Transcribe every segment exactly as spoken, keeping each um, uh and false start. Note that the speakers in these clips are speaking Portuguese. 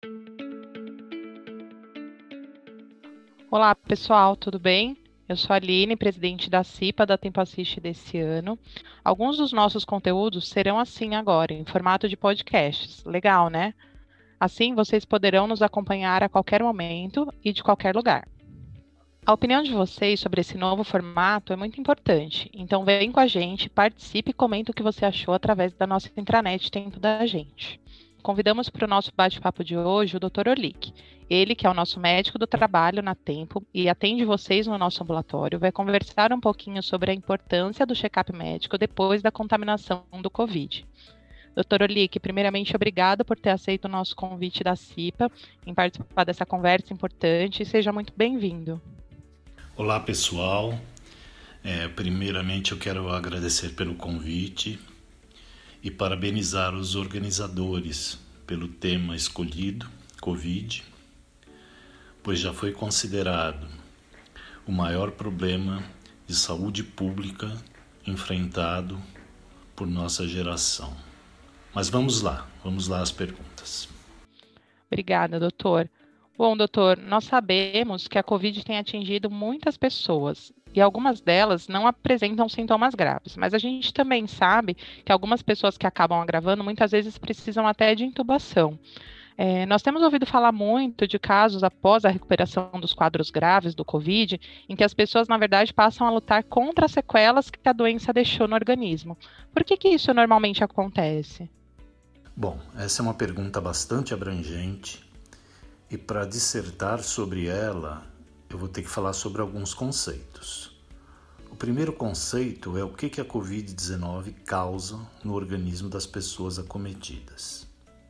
Olá, pessoal, tudo bem? Eu sou a Aline, presidente da CIPA da Tempo Assiste desse ano. Alguns dos nossos conteúdos serão assim agora, em formato de podcasts. Legal, né? Assim, vocês poderão nos acompanhar a qualquer momento e de qualquer lugar. A opinião de vocês sobre esse novo formato é muito importante, então vem com a gente, participe e comenta o que você achou através da nossa intranet Tempo da Gente. Convidamos para o nosso bate-papo de hoje o doutor Orlick. Ele, que é o nosso médico do trabalho na Tempo e atende vocês no nosso ambulatório, vai conversar um pouquinho sobre a importância do check-up médico depois da contaminação do Covid. doutor Orlick, primeiramente, obrigado por ter aceito o nosso convite da CIPA em participar dessa conversa importante e seja muito bem-vindo. Olá, pessoal. É, primeiramente, eu quero agradecer pelo convite e parabenizar os organizadores pelo tema escolhido, Covid, pois já foi considerado o maior problema de saúde pública enfrentado por nossa geração. Mas vamos lá, vamos lá às perguntas. Obrigada, doutor. Bom, doutor, nós sabemos que a Covid tem atingido muitas pessoas e algumas delas não apresentam sintomas graves, mas a gente também sabe que algumas pessoas que acabam agravando muitas vezes precisam até de intubação. É, nós temos ouvido falar muito de casos após a recuperação dos quadros graves do Covid, em que as pessoas, na verdade, passam a lutar contra as sequelas que a doença deixou no organismo. Por que que isso normalmente acontece? Bom, essa é uma pergunta bastante abrangente. E para dissertar sobre ela, eu vou ter que falar sobre alguns conceitos. O primeiro conceito é o que a covid dezenove causa no organismo das pessoas acometidas.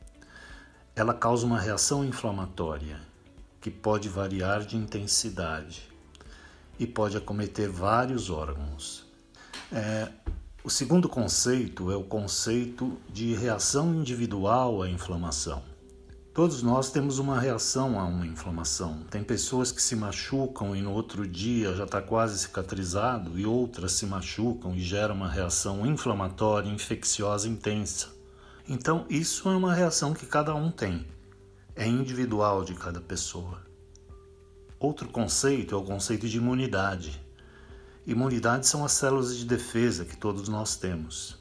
Ela causa uma reação inflamatória que pode variar de intensidade e pode acometer vários órgãos. É, o segundo conceito é o conceito de reação individual à inflamação. Todos nós temos uma reação a uma inflamação. Tem pessoas que se machucam e no outro dia já está quase cicatrizado e outras se machucam e geram uma reação inflamatória, infecciosa intensa. Então isso é uma reação que cada um tem. É individual de cada pessoa. Outro conceito é o conceito de imunidade. Imunidade são as células de defesa que todos nós temos.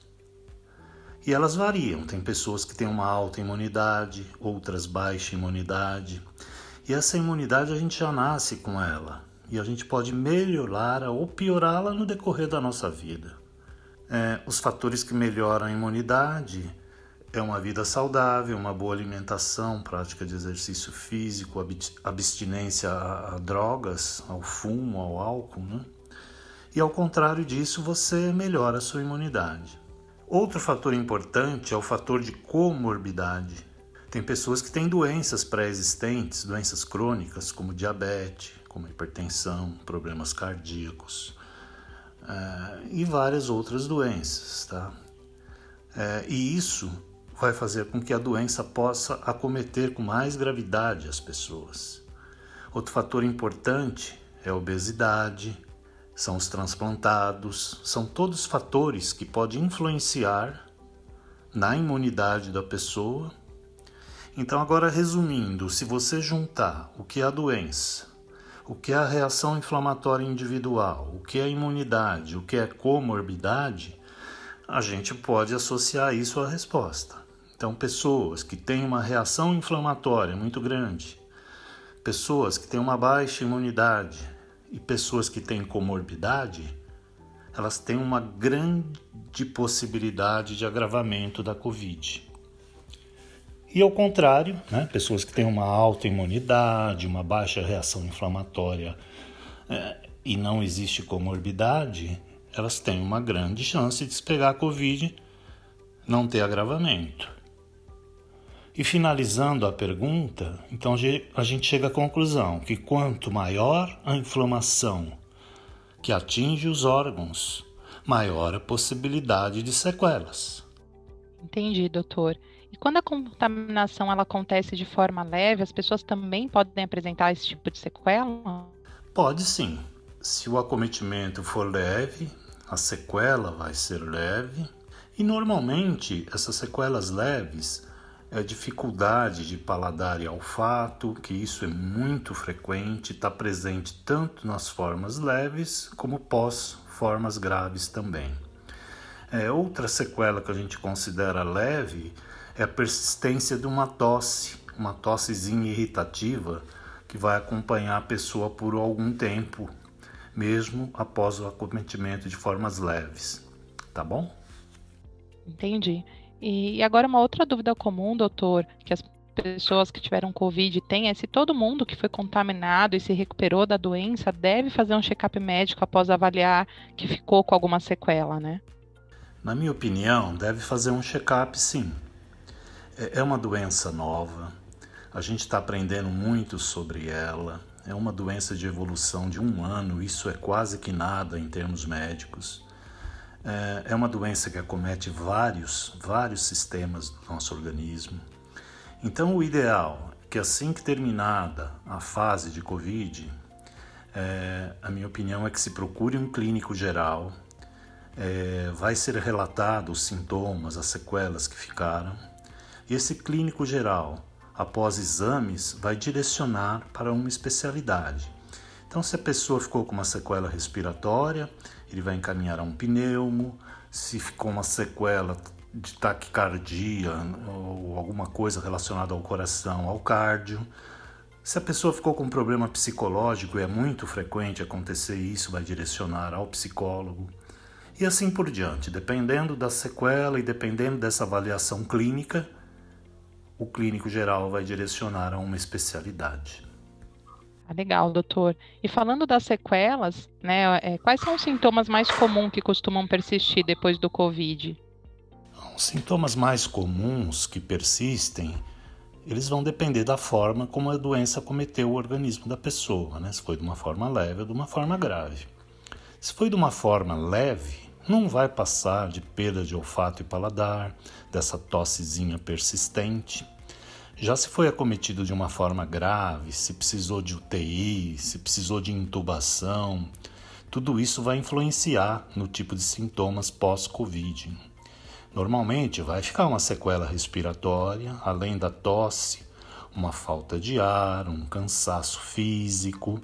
E elas variam, tem pessoas que têm uma alta imunidade, outras baixa imunidade. E essa imunidade a gente já nasce com ela. E a gente pode melhorá-la ou piorá-la no decorrer da nossa vida. É, os fatores que melhoram a imunidade é uma vida saudável, uma boa alimentação, prática de exercício físico, abstinência a, a drogas, ao fumo, ao álcool, né? E ao contrário disso, você melhora a sua imunidade. Outro fator importante é o fator de comorbidade. Tem pessoas que têm doenças pré-existentes, doenças crônicas, como diabetes, como hipertensão, problemas cardíacos uh, e várias outras doenças, tá? Uh, e isso vai fazer com que a doença possa acometer com mais gravidade as pessoas. Outro fator importante é a obesidade, são os transplantados, são todos fatores que podem influenciar na imunidade da pessoa. Então, agora resumindo, se você juntar o que é a doença, o que é a reação inflamatória individual, o que é a imunidade, o que é a comorbidade, a gente pode associar isso à resposta. Então, pessoas que têm uma reação inflamatória muito grande, pessoas que têm uma baixa imunidade, e pessoas que têm comorbidade, elas têm uma grande possibilidade de agravamento da Covid. E ao contrário, né, pessoas que têm uma alta imunidade, uma baixa reação inflamatória é, e não existe comorbidade, elas têm uma grande chance de se pegar a Covid, não ter agravamento. E finalizando a pergunta, então a gente chega à conclusão que quanto maior a inflamação que atinge os órgãos, maior a possibilidade de sequelas. Entendi, doutor. E quando a contaminação ela acontece de forma leve, as pessoas também podem apresentar esse tipo de sequela? Pode sim. Se o acometimento for leve, a sequela vai ser leve. E normalmente essas sequelas leves é a dificuldade de paladar e olfato, que isso é muito frequente, está presente tanto nas formas leves como pós-formas graves também. É, outra sequela que a gente considera leve é a persistência de uma tosse, uma tossezinha irritativa que vai acompanhar a pessoa por algum tempo, mesmo após o acometimento de formas leves. Tá bom? Entendi. E agora uma outra dúvida comum, doutor, que as pessoas que tiveram Covid têm é se todo mundo que foi contaminado e se recuperou da doença deve fazer um check-up médico após avaliar que ficou com alguma sequela, né? Na minha opinião, deve fazer um check-up, sim. É uma doença nova, a gente está aprendendo muito sobre ela, é uma doença de evolução de um ano, isso é quase que nada em termos médicos. É uma doença que acomete vários, vários sistemas do nosso organismo. Então, o ideal é que assim que terminada a fase de Covid, é, a minha opinião é que se procure um clínico geral, é, vai ser relatado os sintomas, as sequelas que ficaram, e esse clínico geral, após exames, vai direcionar para uma especialidade. Então, se a pessoa ficou com uma sequela respiratória, ele vai encaminhar a um pneumo. Se ficou uma sequela de taquicardia ou alguma coisa relacionada ao coração, ao cardio. Se a pessoa ficou com um problema psicológico, e é muito frequente acontecer isso, vai direcionar ao psicólogo. E assim por diante, dependendo da sequela e dependendo dessa avaliação clínica, o clínico geral vai direcionar a uma especialidade. Ah, legal, doutor. E falando das sequelas, né, é, quais são os sintomas mais comuns que costumam persistir depois do Covid? Os sintomas mais comuns que persistem, eles vão depender da forma como a doença acometeu o organismo da pessoa, né? Se foi de uma forma leve ou de uma forma grave. Se foi de uma forma leve, não vai passar de perda de olfato e paladar, dessa tossezinha persistente. Já se foi acometido de uma forma grave, se precisou de U T I, se precisou de intubação, tudo isso vai influenciar no tipo de sintomas pós-Covid. Normalmente vai ficar uma sequela respiratória, além da tosse, uma falta de ar, um cansaço físico.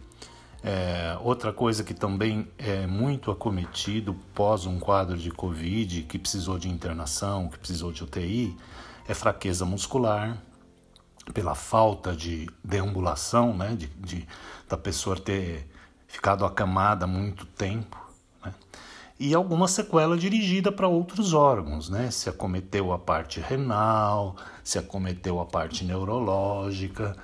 É, outra coisa que também é muito acometido pós um quadro de Covid, que precisou de internação, que precisou de U T I, é fraqueza muscular, pela falta de deambulação, né, de, de, da pessoa ter ficado acamada há muito tempo, né, e alguma sequela dirigida para outros órgãos, né, se acometeu a parte renal, se acometeu a parte neurológica,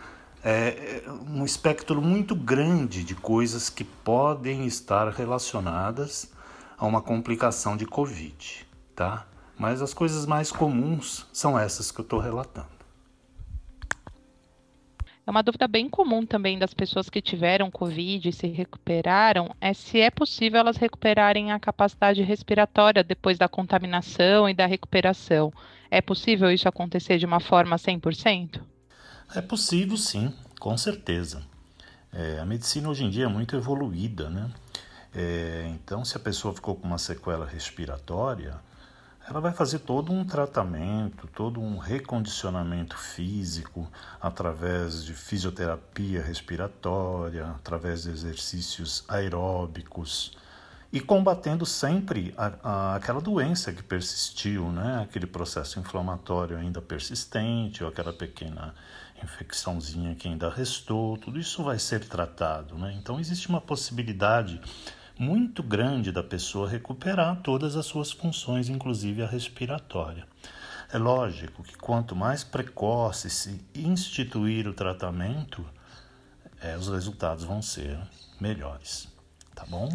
é um espectro muito grande de coisas que podem estar relacionadas a uma complicação de Covid, tá? Mas as coisas mais comuns são essas que eu estou relatando. É uma dúvida bem comum também das pessoas que tiveram Covid e se recuperaram, é se é possível elas recuperarem a capacidade respiratória depois da contaminação e da recuperação. É possível isso acontecer de uma forma cem por cento? É possível, sim, com certeza. É, a medicina hoje em dia é muito evoluída, né? É, então, se a pessoa ficou com uma sequela respiratória, ela vai fazer todo um tratamento, todo um recondicionamento físico através de fisioterapia respiratória, através de exercícios aeróbicos e combatendo sempre a, a, aquela doença que persistiu, né? Aquele processo inflamatório ainda persistente ou aquela pequena infecçãozinha que ainda restou, tudo isso vai ser tratado, né? Então existe uma possibilidade muito grande da pessoa recuperar todas as suas funções, inclusive a respiratória. É lógico que quanto mais precoce se instituir o tratamento, é, os resultados vão ser melhores, tá bom?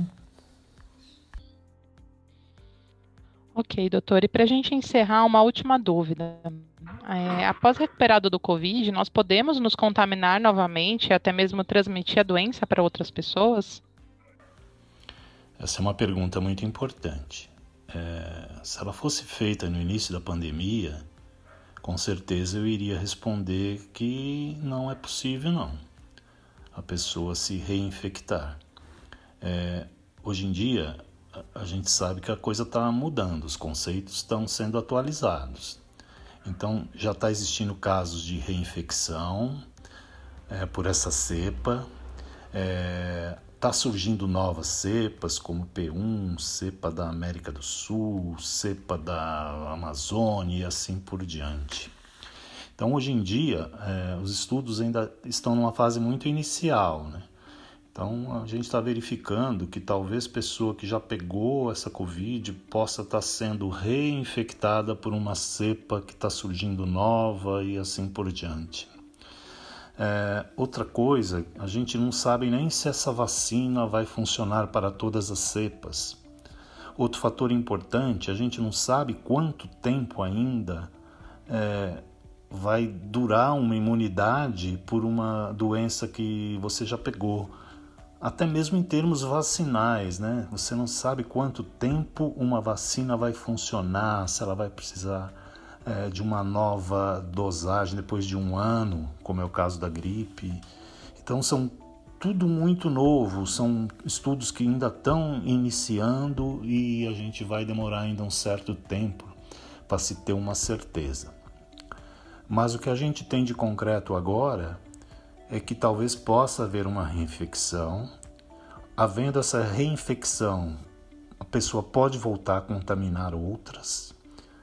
Ok, doutor. E para a gente encerrar, uma última dúvida. É, após recuperado do Covid, nós podemos nos contaminar novamente e até mesmo transmitir a doença para outras pessoas? Essa é uma pergunta muito importante. É, se ela fosse feita no início da pandemia, com certeza eu iria responder que não é possível não, a pessoa se reinfectar. É, hoje em dia, a, a gente sabe que a coisa está mudando, os conceitos estão sendo atualizados. Então, já está existindo casos de reinfecção é, por essa cepa. Está é, surgindo novas cepas, como P um, cepa da América do Sul, cepa da Amazônia e assim por diante. Então, hoje em dia, é, os estudos ainda estão numa fase muito inicial, né? Então, a gente está verificando que talvez pessoa que já pegou essa Covid possa estar sendo reinfectada por uma cepa que está surgindo nova e assim por diante. É, outra coisa, a gente não sabe nem se essa vacina vai funcionar para todas as cepas. Outro fator importante, a gente não sabe quanto tempo ainda é, vai durar uma imunidade por uma doença que você já pegou. Até mesmo em termos vacinais, né? Você não sabe quanto tempo uma vacina vai funcionar, se ela vai precisar é, de uma nova dosagem depois de um ano, como é o caso da gripe. Então, são tudo muito novo, são estudos que ainda estão iniciando e a gente vai demorar ainda um certo tempo para se ter uma certeza. Mas o que a gente tem de concreto agora é que talvez possa haver uma reinfecção. Havendo essa reinfecção, a pessoa pode voltar a contaminar outras.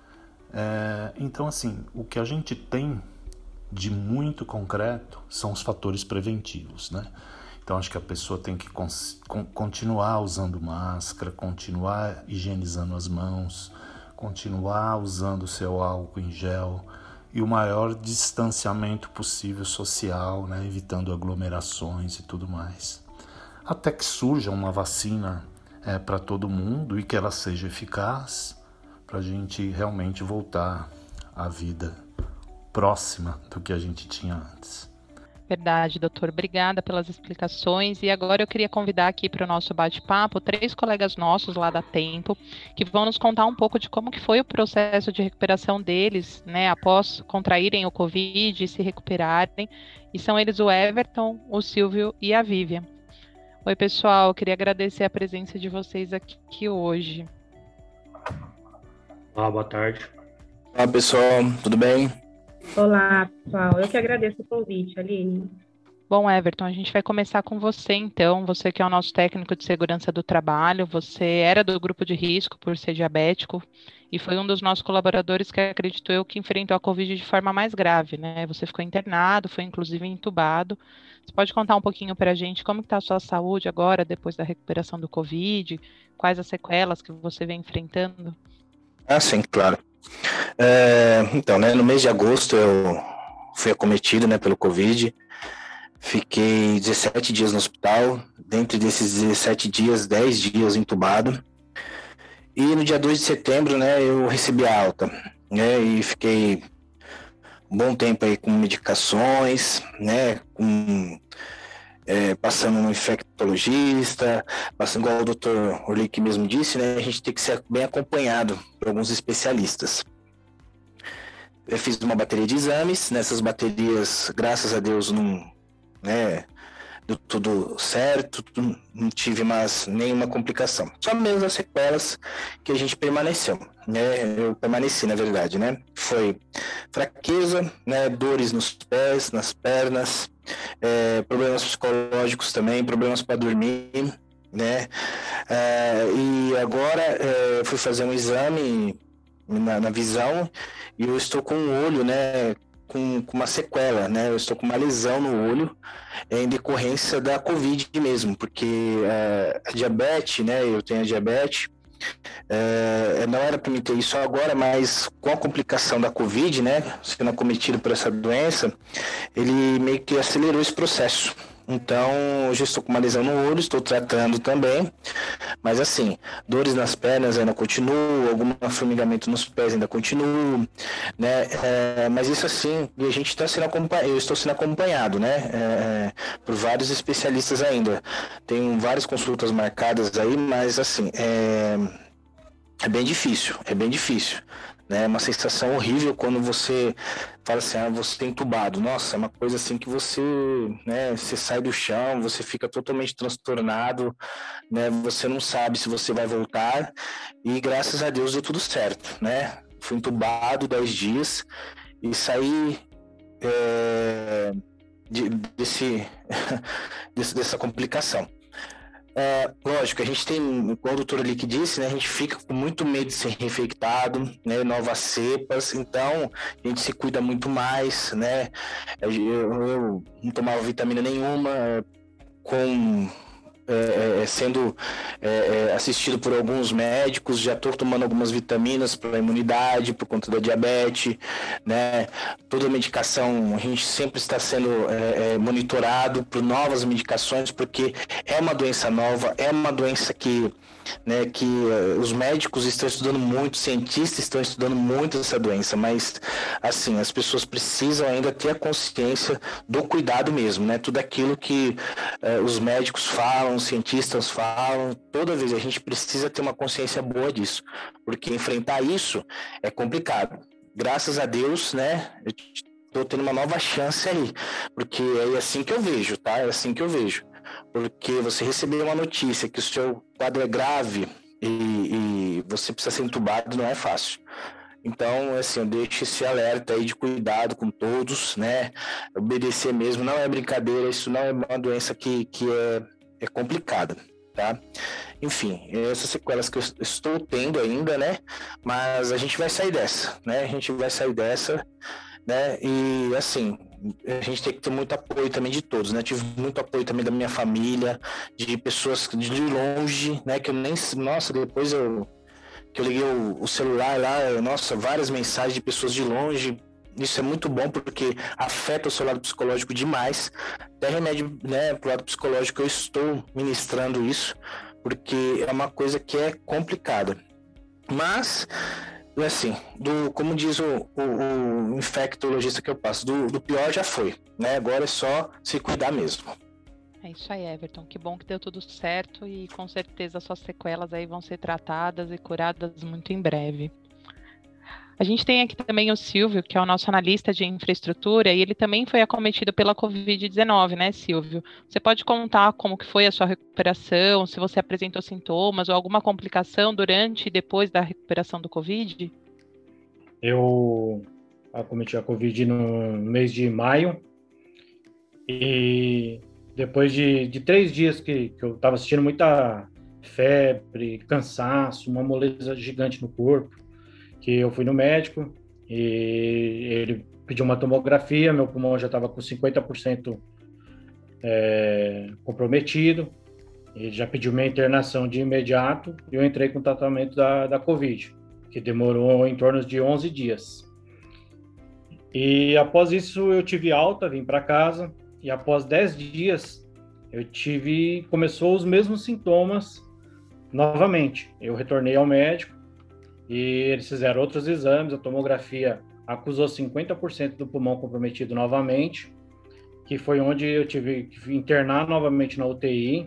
É, então, assim, o que a gente tem de muito concreto são os fatores preventivos, né? Então, acho que a pessoa tem que cons- con- continuar usando máscara, continuar higienizando as mãos, continuar usando o seu álcool em gel, e o maior distanciamento possível social, né, evitando aglomerações e tudo mais. Até que surja uma vacina é, para todo mundo e que ela seja eficaz, para a gente realmente voltar à vida próxima do que a gente tinha antes. Verdade, doutor. Obrigada pelas explicações. E agora eu queria convidar aqui para o nosso bate-papo três colegas nossos lá da Tempo, que vão nos contar um pouco de como que foi o processo de recuperação deles, né, após contraírem o Covid e se recuperarem. E são eles o Everton, o Silvio e a Vivian. Oi, pessoal. Eu queria agradecer a presença de vocês aqui hoje. Olá, boa tarde. Olá, pessoal. Tudo bem? Olá, pessoal. Eu que agradeço o convite, Aline. Bom, Everton, a gente vai começar com você, então. Você que é o nosso técnico de segurança do trabalho, você era do grupo de risco por ser diabético e foi um dos nossos colaboradores que, acredito eu, que enfrentou a Covid de forma mais grave, né? Você ficou internado, foi inclusive entubado. Você pode contar um pouquinho para a gente como está a sua saúde agora, depois da recuperação do Covid? Quais as sequelas que você vem enfrentando? Ah, sim, claro. É, então, né, no mês de agosto eu fui acometido, né, pelo Covid. Fiquei dezessete dias no hospital. Dentre desses dezessete dias, dez dias entubado. E no dia dois de setembro, né, eu recebi a alta, né, e fiquei um bom tempo aí com medicações, né, com, é, passando no infectologista, passando, igual o doutor Orlik mesmo disse, né, a gente tem que ser bem acompanhado por alguns especialistas. Eu fiz uma bateria de exames, nessas baterias, graças a Deus, não, né, deu tudo certo, não tive mais nenhuma complicação. Só mesmo as sequelas que a gente permaneceu, né, eu permaneci, na verdade, né, foi fraqueza, né, dores nos pés, nas pernas, é, problemas psicológicos também, problemas para dormir, né, é, e agora é, fui fazer um exame na, na visão e eu estou com um olho, né, com, com uma sequela, né, eu estou com uma lesão no olho em decorrência da Covid mesmo, porque é, a diabetes, né, eu tenho a diabetes, é, não era para mim ter isso agora, mas com a complicação da Covid, né, sendo acometido por essa doença, ele meio que acelerou esse processo. Então, hoje estou com uma lesão no olho, estou tratando também, mas assim, dores nas pernas ainda continuam, algum formigamento nos pés ainda continua, né, é, mas isso assim, a gente está sendo acompanhado, eu estou sendo acompanhado, né, é, por vários especialistas ainda, tenho várias consultas marcadas aí, mas assim, é, é bem difícil, é bem difícil. É uma sensação horrível quando você fala assim, ah, você tem entubado. Nossa, é uma coisa assim que você, né, você sai do chão, você fica totalmente transtornado, né, você não sabe se você vai voltar e graças a Deus deu tudo certo, né? fui entubado dez dias e saí é, de, desse, desse, dessa complicação. É, lógico, a gente tem, como o doutor ali que disse, né, a gente fica com muito medo de ser reinfectado, né, novas cepas, então a gente se cuida muito mais, né, eu, eu não tomava vitamina nenhuma, com... É, é, sendo é, é, assistido por alguns médicos, já estou tomando algumas vitaminas para a imunidade, por conta da diabetes, né? Toda a medicação, a gente sempre está sendo é, é, monitorado por novas medicações, porque é uma doença nova, é uma doença que, né, que uh, os médicos estão estudando muito, cientistas estão estudando muito essa doença, mas assim, as pessoas precisam ainda ter a consciência do cuidado mesmo, né? Tudo aquilo que uh, os médicos falam, os cientistas falam, toda vez a gente precisa ter uma consciência boa disso, porque enfrentar isso é complicado. Graças a Deus, né, eu estou tendo uma nova chance aí, porque é assim que eu vejo, tá? É assim que eu vejo. Porque você receber uma notícia que o seu quadro é grave e, e você precisa ser entubado não é fácil. Então, assim, eu deixo esse alerta aí de cuidado com todos, né? Obedecer mesmo, não é brincadeira, isso não é uma doença que, que é, é complicada, tá? Enfim, essas sequelas que eu estou tendo ainda, né? Mas a gente vai sair dessa, né? A gente vai sair dessa, né? E, assim... a gente tem que ter muito apoio também de todos, né? Tive muito apoio também da minha família, de pessoas de longe, né? Que eu nem... Nossa, depois eu... que eu liguei o, o celular lá, nossa, várias mensagens de pessoas de longe. Isso é muito bom porque afeta o seu lado psicológico demais. Até remédio, né, pro lado psicológico eu estou ministrando isso, porque é uma coisa que é complicada. Mas... assim, do, como diz o, o, o infectologista que eu passo, do, do pior já foi, né? Agora é só se cuidar mesmo. É isso aí, Everton. Que bom que deu tudo certo e com certeza suas sequelas aí vão ser tratadas e curadas muito em breve. A gente tem aqui também o Silvio, que é o nosso analista de infraestrutura, e ele também foi acometido pela covid dezenove, né, Silvio? Você pode contar como que foi a sua recuperação, se você apresentou sintomas ou alguma complicação durante e depois da recuperação do Covid? Eu acometi a Covid no mês de maio e depois de, de três dias que, que eu estava sentindo muita febre, cansaço, uma moleza gigante no corpo, que eu fui no médico e ele pediu uma tomografia, meu pulmão já estava com cinquenta por cento é, comprometido, ele já pediu minha internação de imediato e eu entrei com o tratamento da, da Covid, que demorou em torno de onze dias. E após isso eu tive alta, vim para casa e após dez dias eu tive, começou os mesmos sintomas novamente. Eu retornei ao médico, e eles fizeram outros exames, a tomografia acusou cinquenta por cento do pulmão comprometido novamente, que foi onde eu tive que internar novamente na U T I,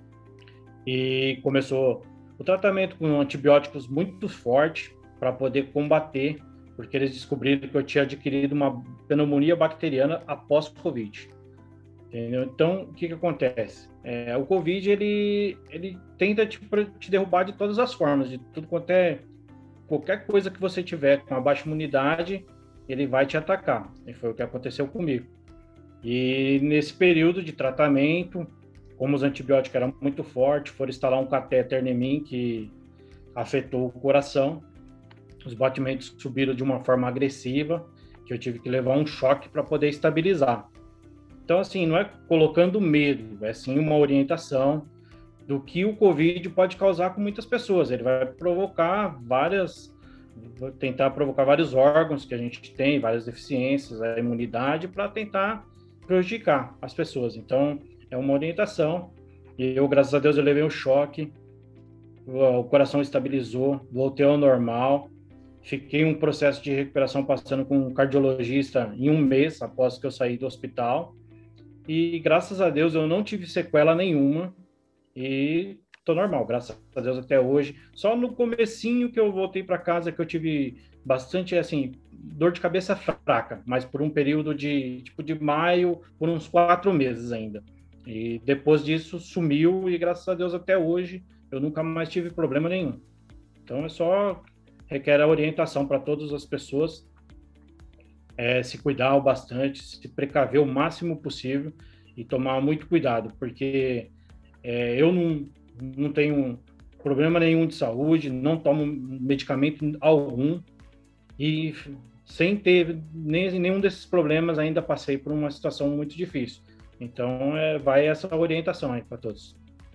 e começou o tratamento com antibióticos muito forte para poder combater, porque eles descobriram que eu tinha adquirido uma pneumonia bacteriana após Covid. Entendeu? Então, o que que acontece? É, o Covid, ele, ele tenta te, te derrubar de todas as formas, de tudo quanto é... qualquer coisa que você tiver com uma baixa imunidade, ele vai te atacar. E foi o que aconteceu comigo. E nesse período de tratamento, como os antibióticos eram muito fortes, foram instalar um catéter em mim que afetou o coração. Os batimentos subiram de uma forma agressiva, que eu tive que levar um choque para poder estabilizar. Então, assim, não é colocando medo, é sim uma orientação do que o Covid pode causar com muitas pessoas. Ele vai provocar várias, vai tentar provocar vários órgãos que a gente tem, várias deficiências, a imunidade, para tentar prejudicar as pessoas. Então, é uma orientação. E eu, graças a Deus, eu levei um choque, o coração estabilizou, voltei ao normal, fiquei em um processo de recuperação passando com um cardiologista em um mês após que eu saí do hospital. E, graças a Deus, eu não tive sequela nenhuma. E tô normal, graças a Deus até hoje. Só no comecinho que eu voltei para casa que eu tive bastante, assim, dor de cabeça fraca, mas por um período de, tipo, de maio, por uns quatro meses ainda. E depois disso sumiu e graças a Deus até hoje eu nunca mais tive problema nenhum. Então é só requer a orientação para todas as pessoas, é, se cuidar o bastante, se precaver o máximo possível e tomar muito cuidado, porque é, eu não, não tenho problema nenhum de saúde, não tomo medicamento algum e sem ter nem, nenhum desses problemas ainda passei por uma situação muito difícil. Então, é, vai essa orientação aí para todos.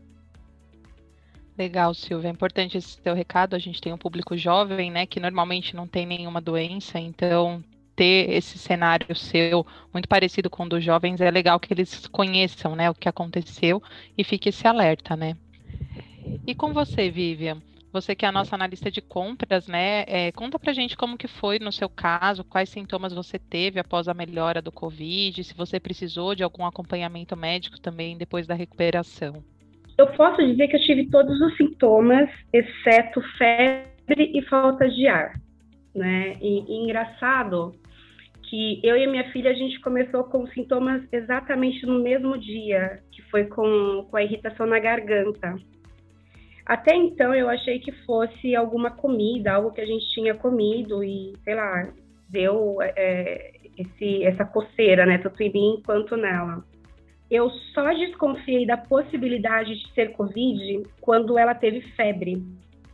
Legal, Silvia. É importante esse teu recado. A gente tem um público jovem, né, que normalmente não tem nenhuma doença, então ter esse cenário seu muito parecido com o dos jovens é legal que eles conheçam, né, o que aconteceu e fique esse alerta, né? E com você, Vivian? Você que é a nossa analista de compras, né? É, conta pra gente como que foi no seu caso, quais sintomas você teve após a melhora do Covid, se você precisou de algum acompanhamento médico também depois da recuperação. Eu posso dizer que eu tive todos os sintomas, exceto febre e falta de ar, né? E, e engraçado que eu e a minha filha, a gente começou com sintomas exatamente no mesmo dia, que foi com, com a irritação na garganta. Até então, eu achei que fosse alguma comida, algo que a gente tinha comido e, sei lá, deu é, esse, essa coceira, né, tanto em mim quanto nela. Eu só desconfiei da possibilidade de ser Covid quando ela teve febre.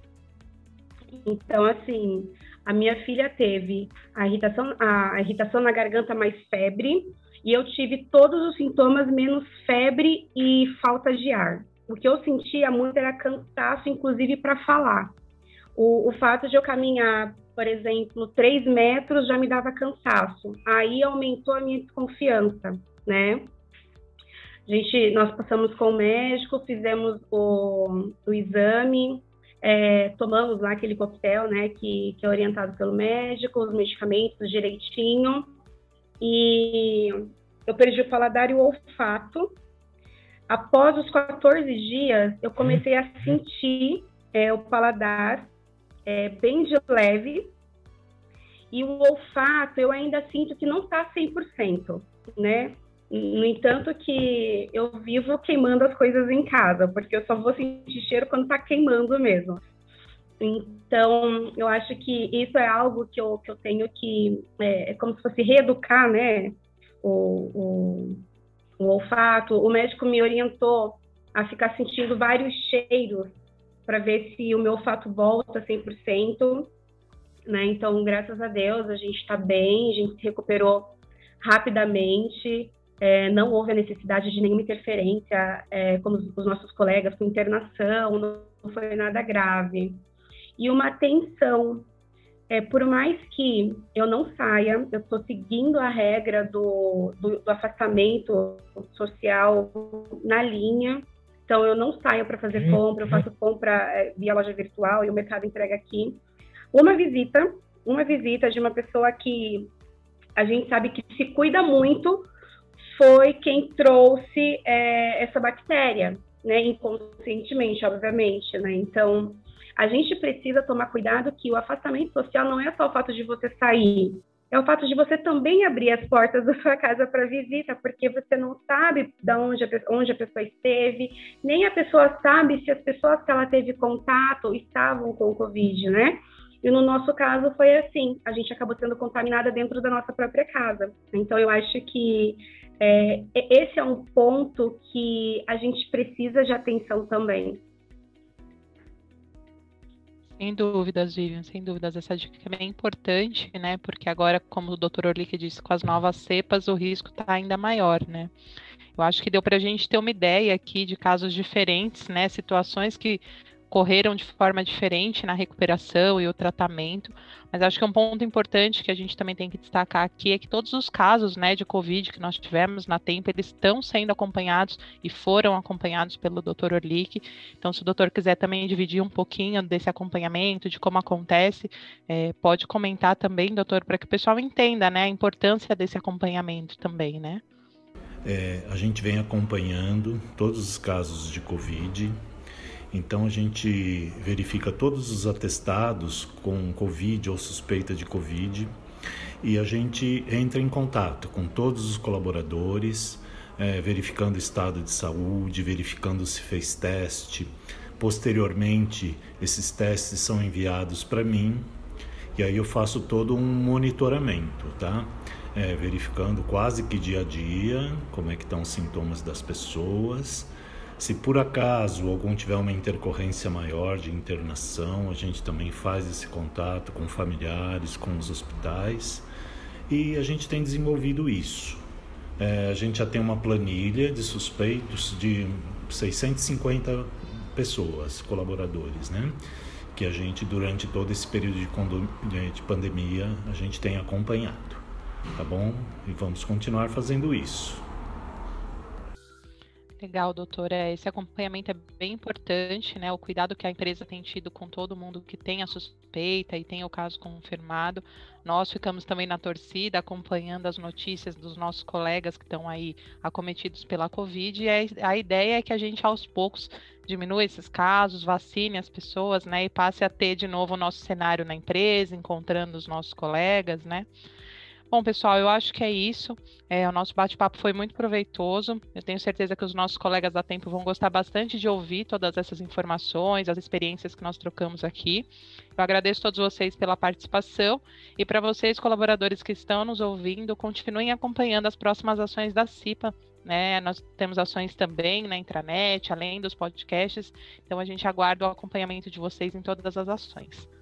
Então, assim, a minha filha teve a irritação, a irritação na garganta mais febre e eu tive todos os sintomas menos febre e falta de ar. O que eu sentia muito era cansaço, inclusive para falar. O, o fato de eu caminhar, por exemplo, três metros já me dava cansaço. Aí aumentou a minha desconfiança, né? A gente, nós passamos com o médico, fizemos o, o exame, é, tomamos lá aquele coquetel, né, que, que é orientado pelo médico, os medicamentos direitinho. E eu perdi o paladar e o olfato. Após os quatorze dias, eu comecei a sentir é, o paladar é, bem de leve e o olfato eu ainda sinto que não está cem por cento, né? No entanto que eu vivo queimando as coisas em casa, porque eu só vou sentir cheiro quando está queimando mesmo. Então, eu acho que isso é algo que eu, que eu tenho que, é, é como se fosse reeducar, né? O... o o olfato. O médico me orientou a ficar sentindo vários cheiros para ver se o meu olfato volta cem por cento, né? Então, graças a Deus, a gente está bem, a gente se recuperou rapidamente, é, não houve a necessidade de nenhuma interferência, é, como os, os nossos colegas com internação, não, não foi nada grave. E uma atenção. É, por mais que eu não saia, eu estou seguindo a regra do, do, do afastamento social na linha, então eu não saio para fazer compra, eu faço compra é, via loja virtual e o mercado entrega aqui. Uma visita, uma visita de uma pessoa que a gente sabe que se cuida muito, foi quem trouxe é, essa bactéria, né, inconscientemente, obviamente, né, então... A gente precisa tomar cuidado que o afastamento social não é só o fato de você sair, é o fato de você também abrir as portas da sua casa para visita, porque você não sabe de onde a, onde a pessoa esteve, nem a pessoa sabe se as pessoas que ela teve contato estavam com o Covid, né? E no nosso caso foi assim, a gente acabou sendo contaminada dentro da nossa própria casa. Então eu acho que é, esse é um ponto que a gente precisa de atenção também. Sem dúvidas, Vivian, sem dúvidas. Essa dica é bem importante, né? Porque agora, como o doutor Orlick disse, com as novas cepas, o risco está ainda maior, né? Eu acho que deu para a gente ter uma ideia aqui de casos diferentes, né? Situações que correram de forma diferente na recuperação e o tratamento, mas acho que é um ponto importante que a gente também tem que destacar aqui é que todos os casos, né, de Covid que nós tivemos na Tempo, eles estão sendo acompanhados e foram acompanhados pelo doutor Orlick. Então, se o doutor quiser também dividir um pouquinho desse acompanhamento, de como acontece, é, pode comentar também, doutor, para que o pessoal entenda, né, a importância desse acompanhamento também, né? É, a gente vem acompanhando todos os casos de Covid. Então a gente verifica todos os atestados com Covid ou suspeita de Covid e a gente entra em contato com todos os colaboradores, é, verificando o estado de saúde, verificando se fez teste. Posteriormente, esses testes são enviados para mim E aí eu faço todo um monitoramento, tá? É, verificando quase que dia a dia como é que estão os sintomas das pessoas. Se por acaso algum tiver uma intercorrência maior de internação, a gente também faz esse contato com familiares, com os hospitais, e a gente tem desenvolvido isso. É, a gente já tem uma planilha de suspeitos de seiscentas e cinquenta pessoas, colaboradores, né? Que a gente, durante todo esse período de, condom... de pandemia, a gente tem acompanhado, tá bom? E vamos continuar fazendo isso. Legal, doutora. Esse acompanhamento é bem importante, né? O cuidado que a empresa tem tido com todo mundo que tem a suspeita e tem o caso confirmado. Nós ficamos também na torcida, acompanhando as notícias dos nossos colegas que estão aí acometidos pela Covid. E a ideia é que a gente, aos poucos, diminua esses casos, vacine as pessoas, né? E passe a ter de novo o nosso cenário na empresa, encontrando os nossos colegas, né? Bom, pessoal, eu acho que é isso. É, o nosso bate-papo foi muito proveitoso. Eu tenho certeza que os nossos colegas da Tempo vão gostar bastante de ouvir todas essas informações, as experiências que nós trocamos aqui. Eu agradeço a todos vocês pela participação e para vocês, colaboradores que estão nos ouvindo, continuem acompanhando as próximas ações da CIPA, né? Nós temos ações também na intranet, além dos podcasts, então a gente aguarda o acompanhamento de vocês em todas as ações.